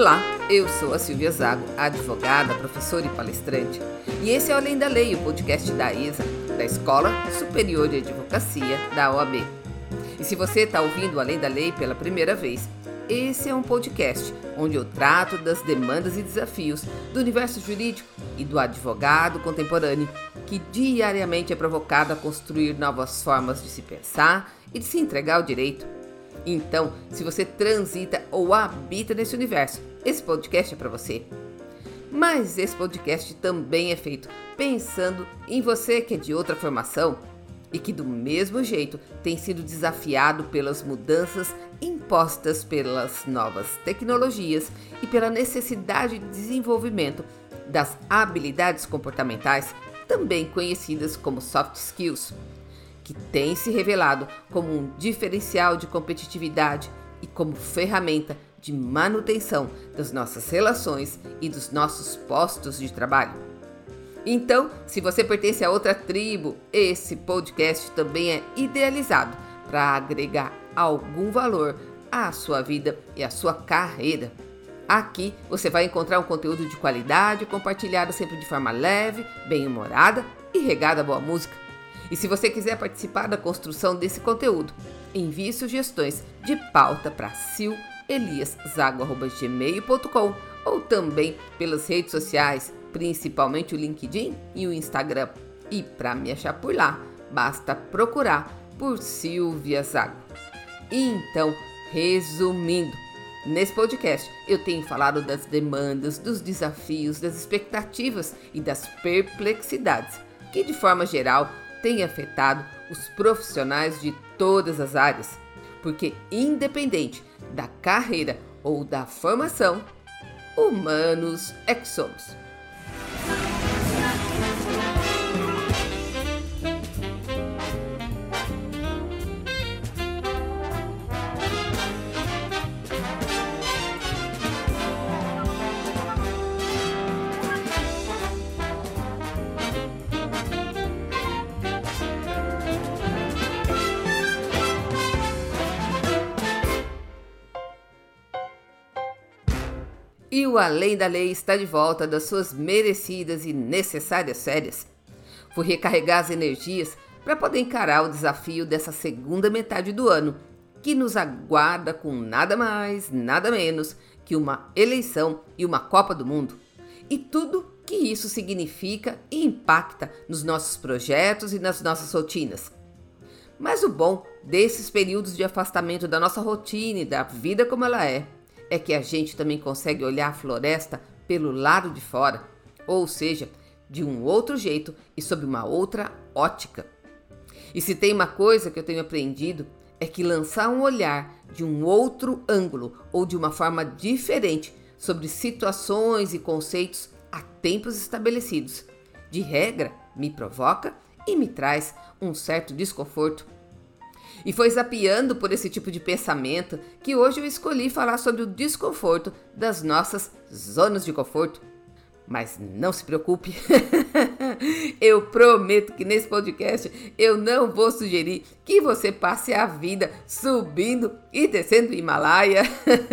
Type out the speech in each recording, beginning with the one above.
Olá, eu sou a Silvia Zago, advogada, professora e palestrante, e esse é o Além da Lei, o podcast da ESA, da Escola Superior de Advocacia da OAB. E se você está ouvindo o Além da Lei pela primeira vez, esse é um podcast onde eu trato das demandas e desafios do universo jurídico e do advogado contemporâneo, que diariamente é provocado a construir novas formas de se pensar e de se entregar ao direito. Então, se você transita ou habita nesse universo, esse podcast é para você. Mas esse podcast também é feito pensando em você que é de outra formação e que do mesmo jeito tem sido desafiado pelas mudanças impostas pelas novas tecnologias e pela necessidade de desenvolvimento das habilidades comportamentais, também conhecidas como soft skills, que tem se revelado como um diferencial de competitividade e como ferramenta de manutenção das nossas relações e dos nossos postos de trabalho. Então, se você pertence a outra tribo, esse podcast também é idealizado para agregar algum valor à sua vida e à sua carreira. Aqui você vai encontrar um conteúdo de qualidade, compartilhado sempre de forma leve, bem-humorada e regada a boa música. E se você quiser participar da construção desse conteúdo, envie sugestões de pauta para sileliaszago@gmail.com ou também pelas redes sociais, principalmente o LinkedIn e o Instagram. E para me achar por lá, basta procurar por Silvia Zago. Então, resumindo, nesse podcast eu tenho falado das demandas, dos desafios, das expectativas e das perplexidades que, de forma geral, tem afetado os profissionais de todas as áreas, porque independente da carreira ou da formação, humanos é que somos. E o Além da Lei está de volta das suas merecidas e necessárias férias. Fui recarregar as energias para poder encarar o desafio dessa segunda metade do ano, que nos aguarda com nada mais, nada menos que uma eleição e uma Copa do Mundo. E tudo que isso significa e impacta nos nossos projetos e nas nossas rotinas. Mas o bom desses períodos de afastamento da nossa rotina e da vida como ela é que a gente também consegue olhar a floresta pelo lado de fora, ou seja, de um outro jeito e sob uma outra ótica. E se tem uma coisa que eu tenho aprendido, é que lançar um olhar de um outro ângulo ou de uma forma diferente sobre situações e conceitos há tempos estabelecidos, de regra, me provoca e me traz um certo desconforto. E foi zapeando por esse tipo de pensamento que hoje eu escolhi falar sobre o desconforto das nossas zonas de conforto. Mas não se preocupe, eu prometo que nesse podcast eu não vou sugerir que você passe a vida subindo e descendo o Himalaia.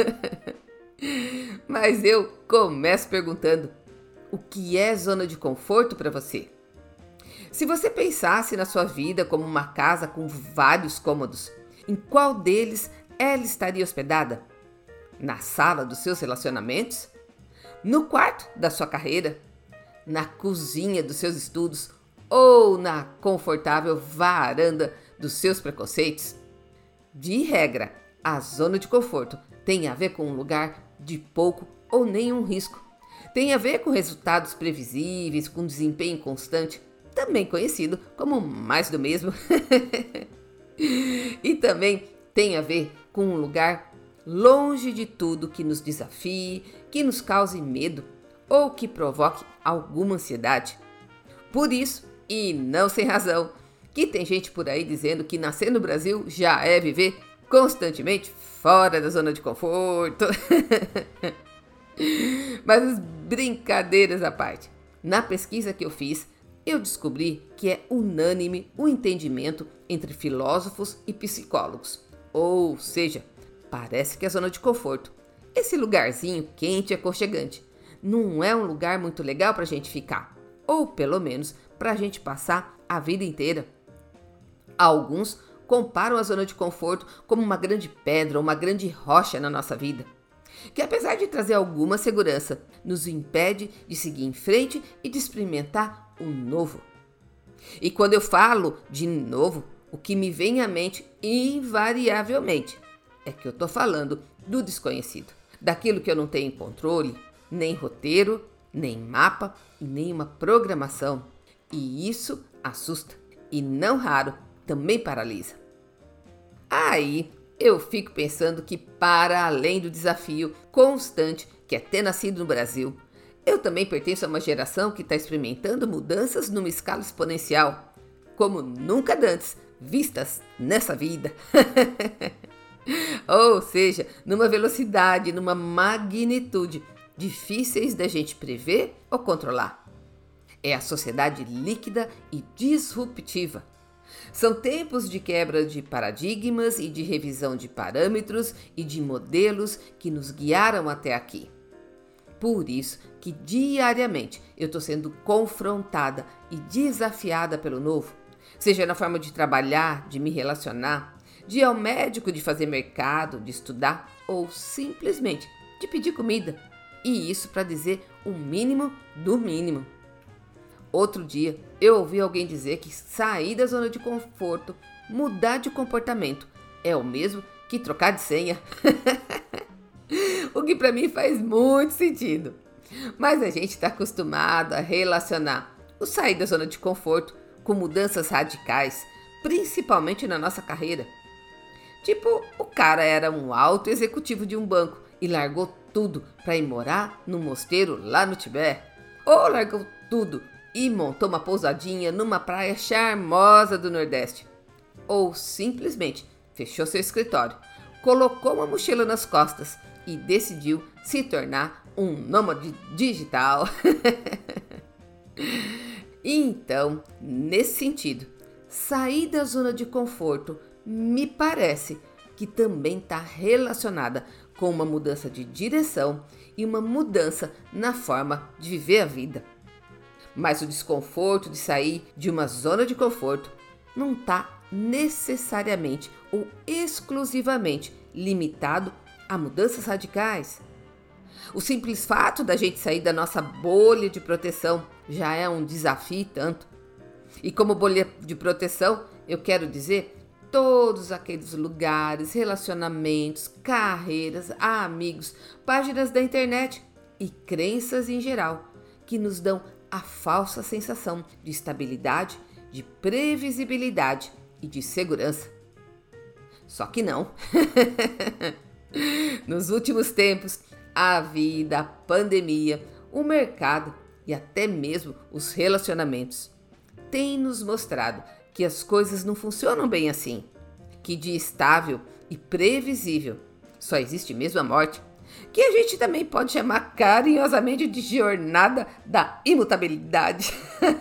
Mas eu começo perguntando, o que é zona de conforto para você? Se você pensasse na sua vida como uma casa com vários cômodos, em qual deles ela estaria hospedada? Na sala dos seus relacionamentos? No quarto da sua carreira? Na cozinha dos seus estudos? Ou na confortável varanda dos seus preconceitos? De regra, a zona de conforto tem a ver com um lugar de pouco ou nenhum risco. Tem a ver com resultados previsíveis, com desempenho constante, também conhecido como mais do mesmo. E também tem a ver com um lugar longe de tudo que nos desafie, que nos cause medo ou que provoque alguma ansiedade. Por isso, e não sem razão, que tem gente por aí dizendo que nascer no Brasil já é viver constantemente fora da zona de conforto. Mas brincadeiras à parte, na pesquisa que eu fiz, eu descobri que é unânime o entendimento entre filósofos e psicólogos. Ou seja, parece que a zona de conforto Esse lugarzinho quente e aconchegante não é um lugar muito legal para a gente ficar, ou pelo menos para a gente passar a vida inteira. Alguns comparam a zona de conforto como uma grande pedra ou uma grande rocha na nossa vida, que apesar de trazer alguma segurança, nos impede de seguir em frente e de experimentar o novo. E quando eu falo de novo, o que me vem à mente invariavelmente é que eu estou falando do desconhecido, daquilo que eu não tenho controle, nem roteiro, nem mapa e nem uma programação. E isso assusta e não raro também paralisa. Aí eu fico pensando que, para além do desafio constante que é ter nascido no Brasil, eu também pertenço a uma geração que está experimentando mudanças numa escala exponencial, como nunca antes vistas nessa vida. Ou seja, numa velocidade, numa magnitude difíceis da gente prever ou controlar. É a sociedade líquida e disruptiva. São tempos de quebra de paradigmas e de revisão de parâmetros e de modelos que nos guiaram até aqui. Por isso que diariamente eu estou sendo confrontada e desafiada pelo novo, seja na forma de trabalhar, de me relacionar, de ir ao médico, de fazer mercado, de estudar ou simplesmente de pedir comida. E isso para dizer o mínimo do mínimo. Outro dia eu ouvi alguém dizer que sair da zona de conforto, mudar de comportamento, é o mesmo que trocar de senha. O que para mim faz muito sentido. Mas a gente está acostumado a relacionar o sair da zona de conforto com mudanças radicais, principalmente na nossa carreira. Tipo, o cara era um alto executivo de um banco e largou tudo para ir morar num mosteiro lá no Tibete. Ou largou tudo e montou uma pousadinha numa praia charmosa do Nordeste. Ou simplesmente fechou seu escritório, colocou uma mochila nas costas e decidiu se tornar um nômade digital. Então, nesse sentido, sair da zona de conforto me parece que também está relacionada com uma mudança de direção e uma mudança na forma de viver a vida. Mas o desconforto de sair de uma zona de conforto não está necessariamente ou exclusivamente limitado a mudanças radicais. O simples fato da gente sair da nossa bolha de proteção já é um desafio tanto. E como bolha de proteção, eu quero dizer todos aqueles lugares, relacionamentos, carreiras, amigos, páginas da internet e crenças em geral que nos dão a falsa sensação de estabilidade, de previsibilidade e de segurança. Só que não. Nos últimos tempos, a vida, a pandemia, o mercado e até mesmo os relacionamentos têm nos mostrado que as coisas não funcionam bem assim, que de estável e previsível só existe mesmo a morte, que a gente também pode chamar carinhosamente de jornada da imutabilidade.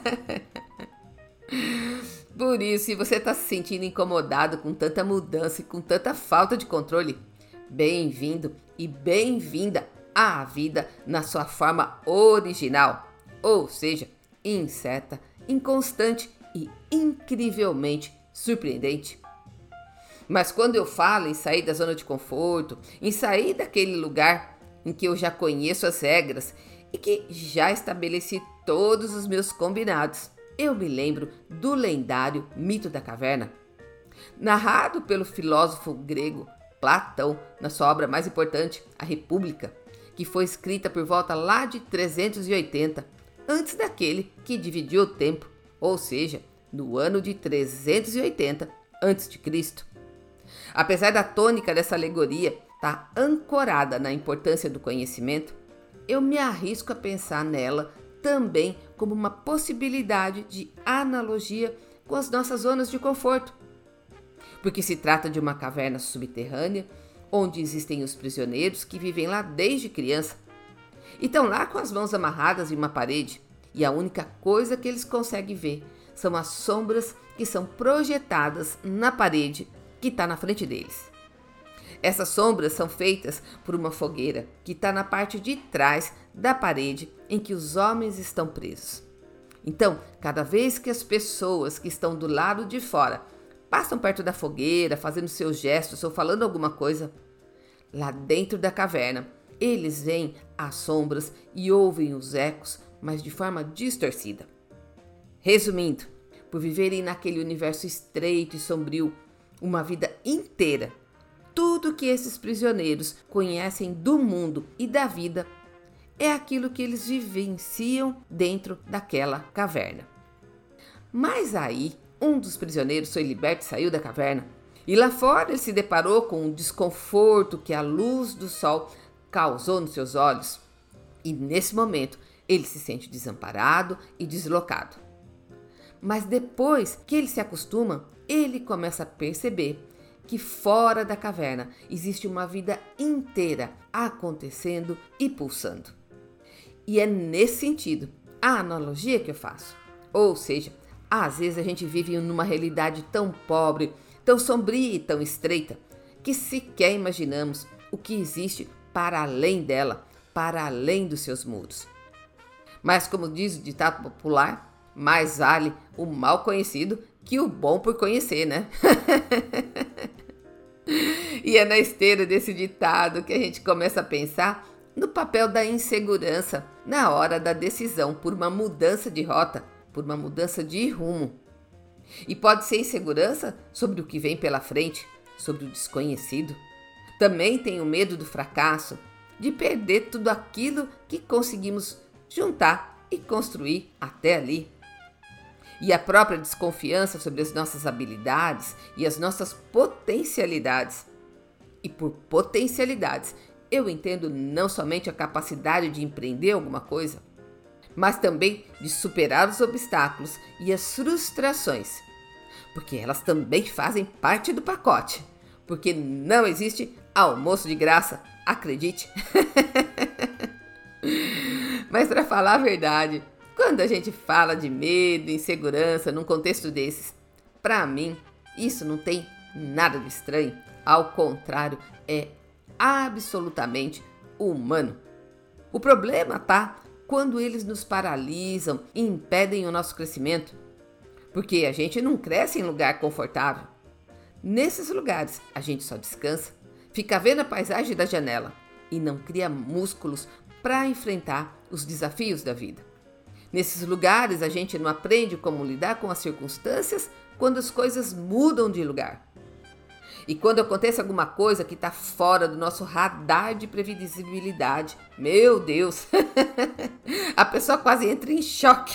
Por isso, se você está se sentindo incomodado com tanta mudança e com tanta falta de controle, bem-vindo e bem-vinda à vida na sua forma original, ou seja, incerta, inconstante e incrivelmente surpreendente. Mas quando eu falo em sair da zona de conforto, em sair daquele lugar em que eu já conheço as regras e que já estabeleci todos os meus combinados, eu me lembro do lendário Mito da Caverna, narrado pelo filósofo grego Platão na sua obra mais importante, A República, que foi escrita por volta lá de 380, antes daquele que dividiu o tempo, ou seja, no ano de 380 a.C. Apesar da tônica dessa alegoria estar ancorada na importância do conhecimento, eu me arrisco a pensar nela também como uma possibilidade de analogia com as nossas zonas de conforto. Porque se trata de uma caverna subterrânea, onde existem os prisioneiros que vivem lá desde criança. E estão lá com as mãos amarradas em uma parede, e a única coisa que eles conseguem ver são as sombras que são projetadas na parede que está na frente deles. Essas sombras são feitas por uma fogueira que está na parte de trás da parede em que os homens estão presos. Então, cada vez que as pessoas que estão do lado de fora passam perto da fogueira, fazendo seus gestos ou falando alguma coisa, lá dentro da caverna, eles veem as sombras e ouvem os ecos, mas de forma distorcida. Resumindo, por viverem naquele universo estreito e sombrio uma vida inteira, tudo que esses prisioneiros conhecem do mundo e da vida é aquilo que eles vivenciam dentro daquela caverna. Mas aí, um dos prisioneiros foi liberto e saiu da caverna. E lá fora ele se deparou com o desconforto que a luz do sol causou nos seus olhos. E nesse momento ele se sente desamparado e deslocado. Mas depois que ele se acostuma, ele começa a perceber que fora da caverna existe uma vida inteira acontecendo e pulsando. E é nesse sentido a analogia que eu faço. Ou seja, às vezes a gente vive numa realidade tão pobre, tão sombria e tão estreita, que sequer imaginamos o que existe para além dela, para além dos seus muros. Mas como diz o ditado popular, mais vale o mal conhecido que o bom por conhecer, né? E é na esteira desse ditado que a gente começa a pensar no papel da insegurança na hora da decisão por uma mudança de rota, por uma mudança de rumo. E pode ser insegurança sobre o que vem pela frente, sobre o desconhecido. Também tem o medo do fracasso, de perder tudo aquilo que conseguimos juntar e construir até ali. E a própria desconfiança sobre as nossas habilidades e as nossas potencialidades. E por potencialidades, eu entendo não somente a capacidade de empreender alguma coisa, mas também de superar os obstáculos e as frustrações, porque elas também fazem parte do pacote, porque não existe almoço de graça, acredite. Mas para falar a verdade, quando a gente fala de medo e insegurança num contexto desses, para mim, isso não tem nada de estranho, ao contrário, é absolutamente humano. O problema tá quando eles nos paralisam e impedem o nosso crescimento, porque a gente não cresce em lugar confortável. Nesses lugares, a gente só descansa, fica vendo a paisagem da janela e não cria músculos para enfrentar os desafios da vida. Nesses lugares, a gente não aprende como lidar com as circunstâncias quando as coisas mudam de lugar. E quando acontece alguma coisa que está fora do nosso radar de previsibilidade, meu Deus, a pessoa quase entra em choque.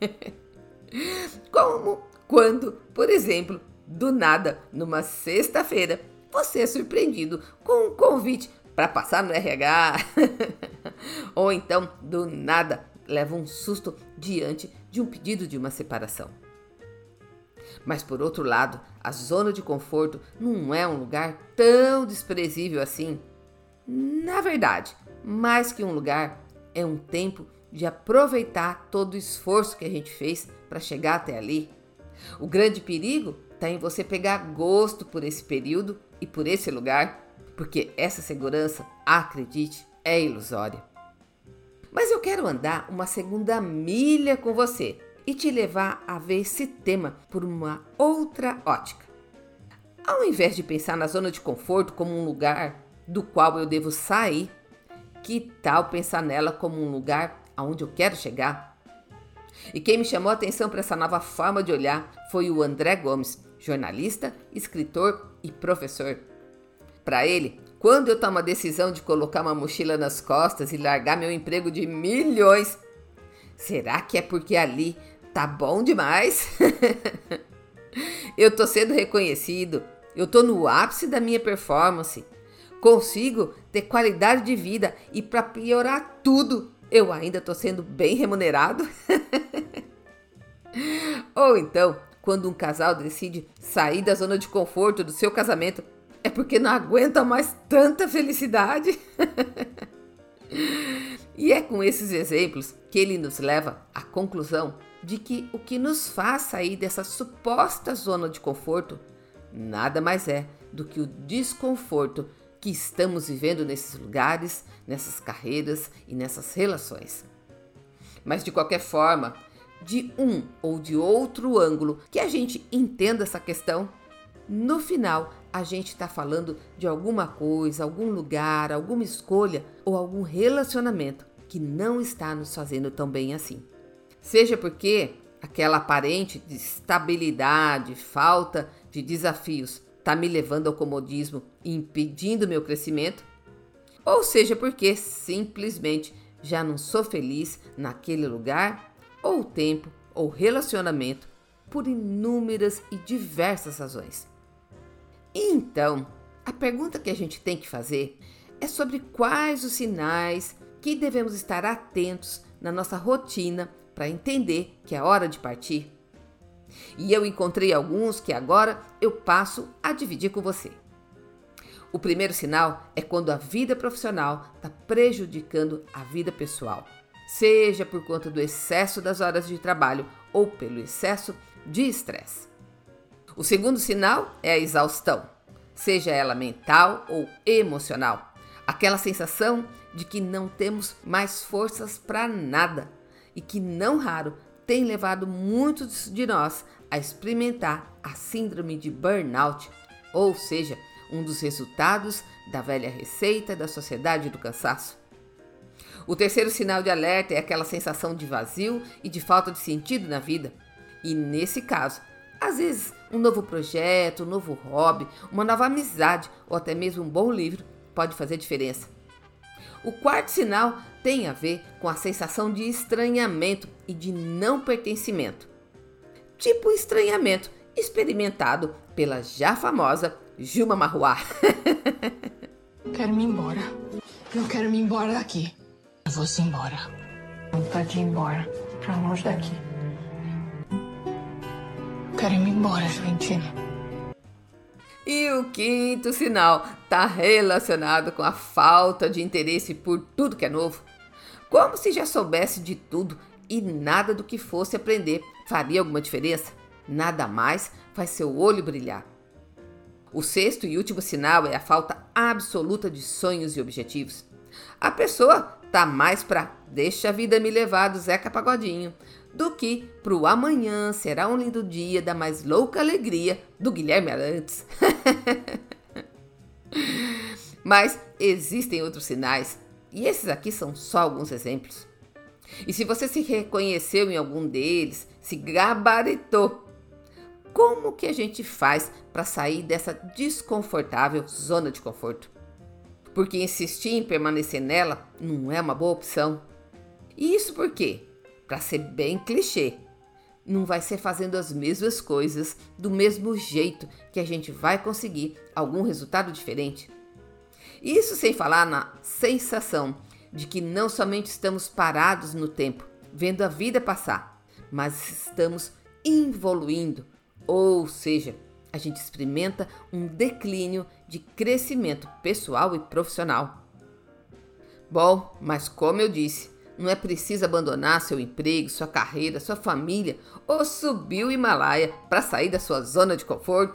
Como quando, por exemplo, do nada, numa sexta-feira, você é surpreendido com um convite para passar no RH. Ou então, do nada, leva um susto diante de um pedido de uma separação. Mas por outro lado, a zona de conforto não é um lugar tão desprezível assim. Na verdade, mais que um lugar, é um tempo de aproveitar todo o esforço que a gente fez para chegar até ali. O grande perigo está em você pegar gosto por esse período e por esse lugar, porque essa segurança, acredite, é ilusória. Mas eu quero andar uma segunda milha com você e te levar a ver esse tema por uma outra ótica. Ao invés de pensar na zona de conforto como um lugar do qual eu devo sair, que tal pensar nela como um lugar aonde eu quero chegar? E quem me chamou a atenção para essa nova forma de olhar foi o André Gomes, jornalista, escritor e professor. Para ele, quando eu tomo a decisão de colocar uma mochila nas costas e largar meu emprego de milhões, será que é porque ali tá bom demais? Eu tô sendo reconhecido, eu tô no ápice da minha performance, consigo ter qualidade de vida e para piorar tudo, eu ainda tô sendo bem remunerado? Ou então, quando um casal decide sair da zona de conforto do seu casamento, é porque não aguenta mais tanta felicidade? E é com esses exemplos que ele nos leva à conclusão de que o que nos faz sair dessa suposta zona de conforto nada mais é do que o desconforto que estamos vivendo nesses lugares, nessas carreiras e nessas relações. Mas de qualquer forma, de um ou de outro ângulo que a gente entenda essa questão, no final a gente está falando de alguma coisa, algum lugar, alguma escolha ou algum relacionamento que não está nos fazendo tão bem assim. Seja porque aquela aparente estabilidade, falta de desafios está me levando ao comodismo e impedindo meu crescimento, ou seja porque simplesmente já não sou feliz naquele lugar, ou tempo, ou relacionamento, por inúmeras e diversas razões. Então, a pergunta que a gente tem que fazer é sobre quais os sinais que devemos estar atentos na nossa rotina para entender que é hora de partir. E eu encontrei alguns que agora eu passo a dividir com você. O primeiro sinal é quando a vida profissional está prejudicando a vida pessoal, seja por conta do excesso das horas de trabalho ou pelo excesso de estresse. O segundo sinal é a exaustão, seja ela mental ou emocional, aquela sensação de que não temos mais forças para nada e que não raro tem levado muitos de nós a experimentar a síndrome de burnout, ou seja, um dos resultados da velha receita da sociedade do cansaço. O terceiro sinal de alerta é aquela sensação de vazio e de falta de sentido na vida. E nesse caso, às vezes um novo projeto, um novo hobby, uma nova amizade ou até mesmo um bom livro pode fazer diferença. O quarto sinal tem a ver com a sensação de estranhamento e de não pertencimento. Tipo o estranhamento experimentado pela já famosa Juma Marruá. Quero me embora. Eu quero me embora daqui. Eu vou se embora. Vontade de ir embora. Pra longe daqui. Eu quero ir me embora, Juventina. E o quinto sinal está relacionado com a falta de interesse por tudo que é novo. Como se já soubesse de tudo e nada do que fosse aprender faria alguma diferença. Nada mais faz seu olho brilhar. O sexto e último sinal é a falta absoluta de sonhos e objetivos. A pessoa tá mais para deixa a vida me levar do Zeca Pagodinho do que pro amanhã será um lindo dia da mais louca alegria do Guilherme Arantes. Mas existem outros sinais e esses aqui são só alguns exemplos. E se você se reconheceu em algum deles, se gabaritou, como que a gente faz para sair dessa desconfortável zona de conforto? Porque insistir em permanecer nela não é uma boa opção. E isso por quê? Para ser bem clichê, não vai ser fazendo as mesmas coisas do mesmo jeito que a gente vai conseguir algum resultado diferente. Isso sem falar na sensação de que não somente estamos parados no tempo, vendo a vida passar, mas estamos evoluindo. Ou seja, a gente experimenta um declínio de crescimento pessoal e profissional. Bom, mas como eu disse, não é preciso abandonar seu emprego, sua carreira, sua família ou subir o Himalaia para sair da sua zona de conforto.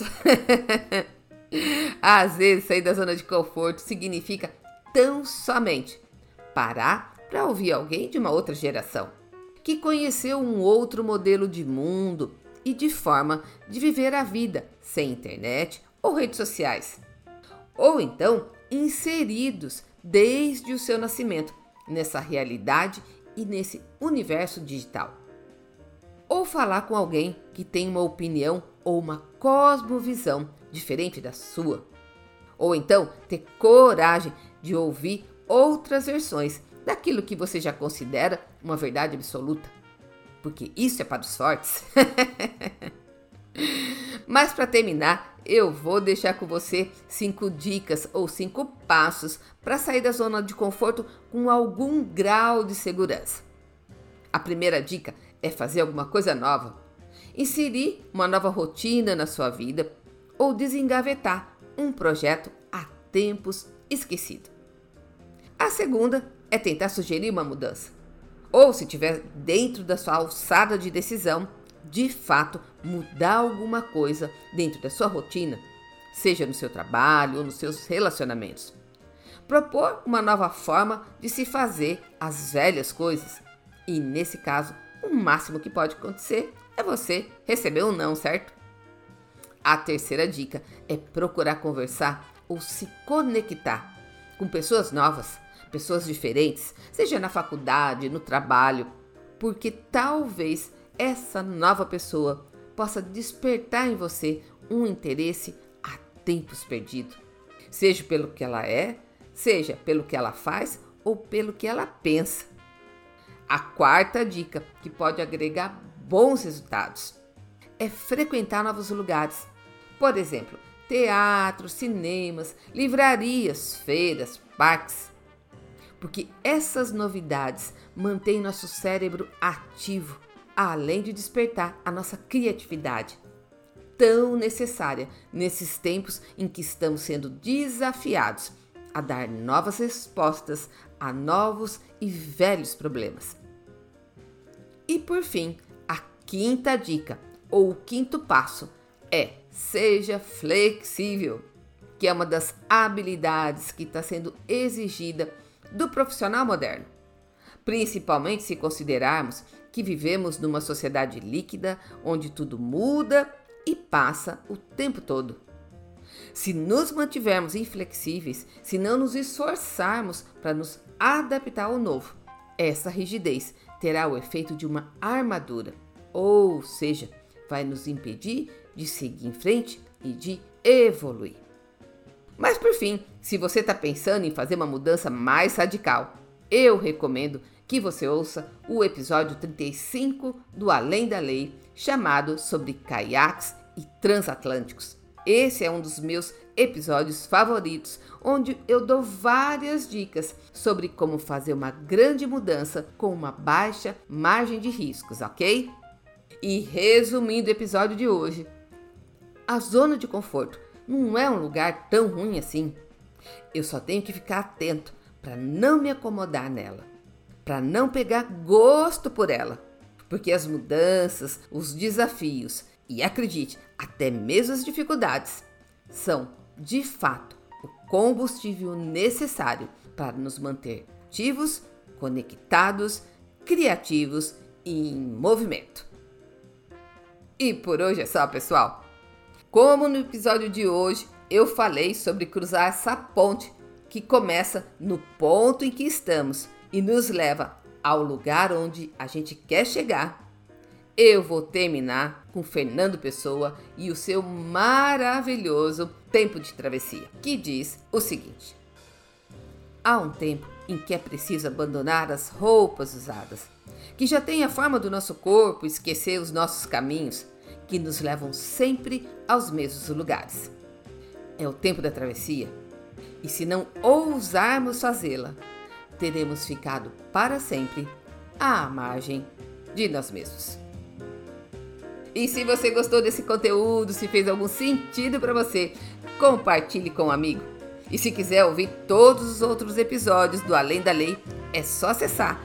Às vezes, sair da zona de conforto significa tão somente parar para ouvir alguém de uma outra geração, que conheceu um outro modelo de mundo e de forma de viver a vida sem internet ou redes sociais. Ou então, inseridos desde o seu nascimento nessa realidade e nesse universo digital. Ou falar com alguém que tem uma opinião ou uma cosmovisão diferente da sua. Ou então, ter coragem de ouvir outras versões daquilo que você já considera uma verdade absoluta. Porque isso é para os fortes. Mas para terminar, eu vou deixar com você 5 dicas ou 5 passos para sair da zona de conforto com algum grau de segurança. A primeira dica é fazer alguma coisa nova. Inserir uma nova rotina na sua vida ou desengavetar um projeto há tempos esquecido. A segunda é tentar sugerir uma mudança. Ou, se estiver dentro da sua alçada de decisão, de fato mudar alguma coisa dentro da sua rotina, seja no seu trabalho ou nos seus relacionamentos. Propor uma nova forma de se fazer as velhas coisas. E nesse caso, o máximo que pode acontecer é você receber um não, certo? A terceira dica é procurar conversar ou se conectar com pessoas novas, pessoas diferentes, seja na faculdade, no trabalho, porque talvez essa nova pessoa possa despertar em você um interesse há tempos perdido, seja pelo que ela é, seja pelo que ela faz ou pelo que ela pensa. A quarta dica, que pode agregar bons resultados, é frequentar novos lugares. Por exemplo, teatros, cinemas, livrarias, feiras, parques. Porque essas novidades mantêm nosso cérebro ativo, além de despertar a nossa criatividade, tão necessária nesses tempos em que estamos sendo desafiados a dar novas respostas a novos e velhos problemas. E por fim, a quinta dica, ou o quinto passo, é seja flexível, que é uma das habilidades que está sendo exigida do profissional moderno, principalmente se considerarmos que vivemos numa sociedade líquida, onde tudo muda e passa o tempo todo. Se nos mantivermos inflexíveis, se não nos esforçarmos para nos adaptar ao novo, essa rigidez terá o efeito de uma armadura, ou seja, vai nos impedir de seguir em frente e de evoluir. Mas por fim, se você está pensando em fazer uma mudança mais radical, eu recomendo que você ouça o episódio 35 do Além da Lei, chamado sobre caiaques e transatlânticos. Esse é um dos meus episódios favoritos, onde eu dou várias dicas sobre como fazer uma grande mudança com uma baixa margem de riscos, ok? E resumindo o episódio de hoje, a zona de conforto não é um lugar tão ruim assim. Eu só tenho que ficar atento para não me acomodar nela, para não pegar gosto por ela, porque as mudanças, os desafios e, acredite, até mesmo as dificuldades são, de fato, o combustível necessário para nos manter ativos, conectados, criativos e em movimento. E por hoje é só, pessoal. Como no episódio de hoje eu falei sobre cruzar essa ponte que começa no ponto em que estamos e nos leva ao lugar onde a gente quer chegar, eu vou terminar com Fernando Pessoa e o seu maravilhoso Tempo de Travessia, que diz o seguinte: há um tempo em que é preciso abandonar as roupas usadas, que já têm a forma do nosso corpo, esquecer os nossos caminhos, que nos levam sempre aos mesmos lugares. É o tempo da travessia, e se não ousarmos fazê-la, teremos ficado para sempre à margem de nós mesmos. E se você gostou desse conteúdo, se fez algum sentido para você, compartilhe com um amigo. E se quiser ouvir todos os outros episódios do Além da Lei, é só acessar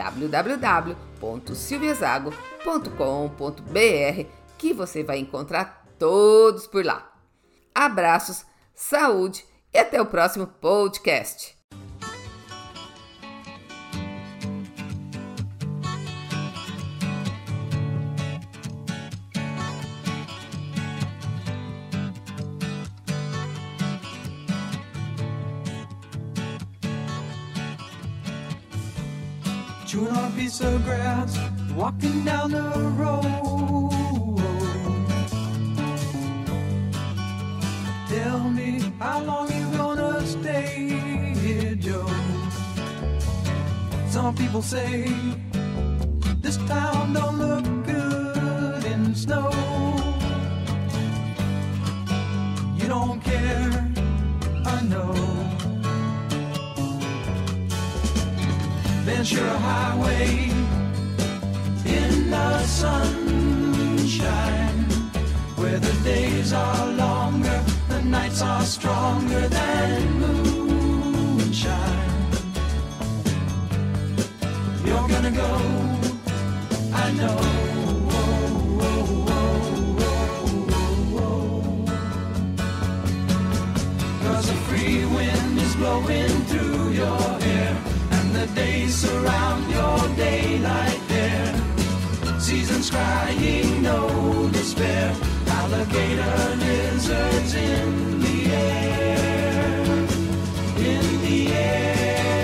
www.silviazago.com.br que você vai encontrar todos por lá. Abraços, saúde e até o próximo podcast. Chewing on a piece of grass, walking down the road. Tell me, how long you gonna stay here, Joe? Some people say this town don't look good in snow. You don't care, I know. Ventura Highway in the sunshine, where the days are longer, the nights are stronger than moonshine. You're gonna go, I know. Oh, oh, oh, oh, oh, oh. blowing through your hair, and the days surround your daylight there. Seasons crying, no despair, alligator lizards in the air, in the air.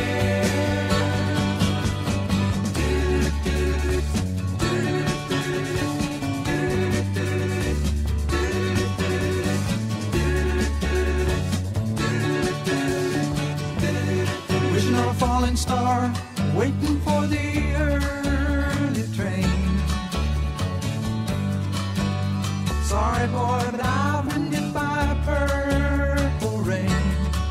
Wishing on a falling star, waiting for the early train. Sorry boy, but I've been hit by purple rain.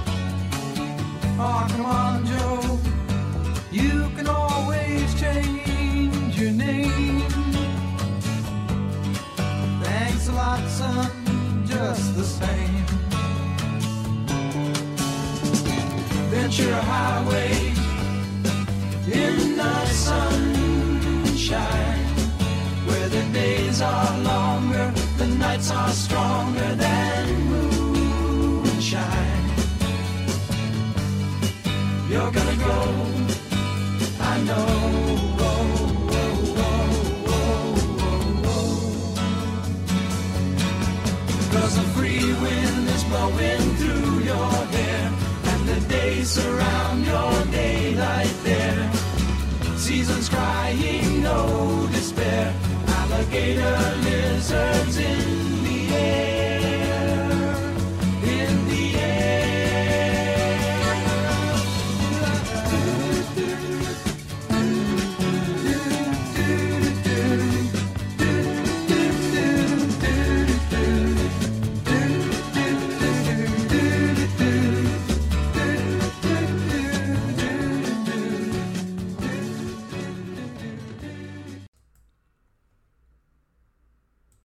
Oh, come on, Joe, you can always change your name. Thanks a lot, son, just the same. Ventura Highway in the sunshine, where the days are longer, the nights are stronger than moonshine. You're gonna go, I know. Cause the free wind is blowing through your hair, and the days surround your daylight there. Seasons crying, no despair, alligator lizard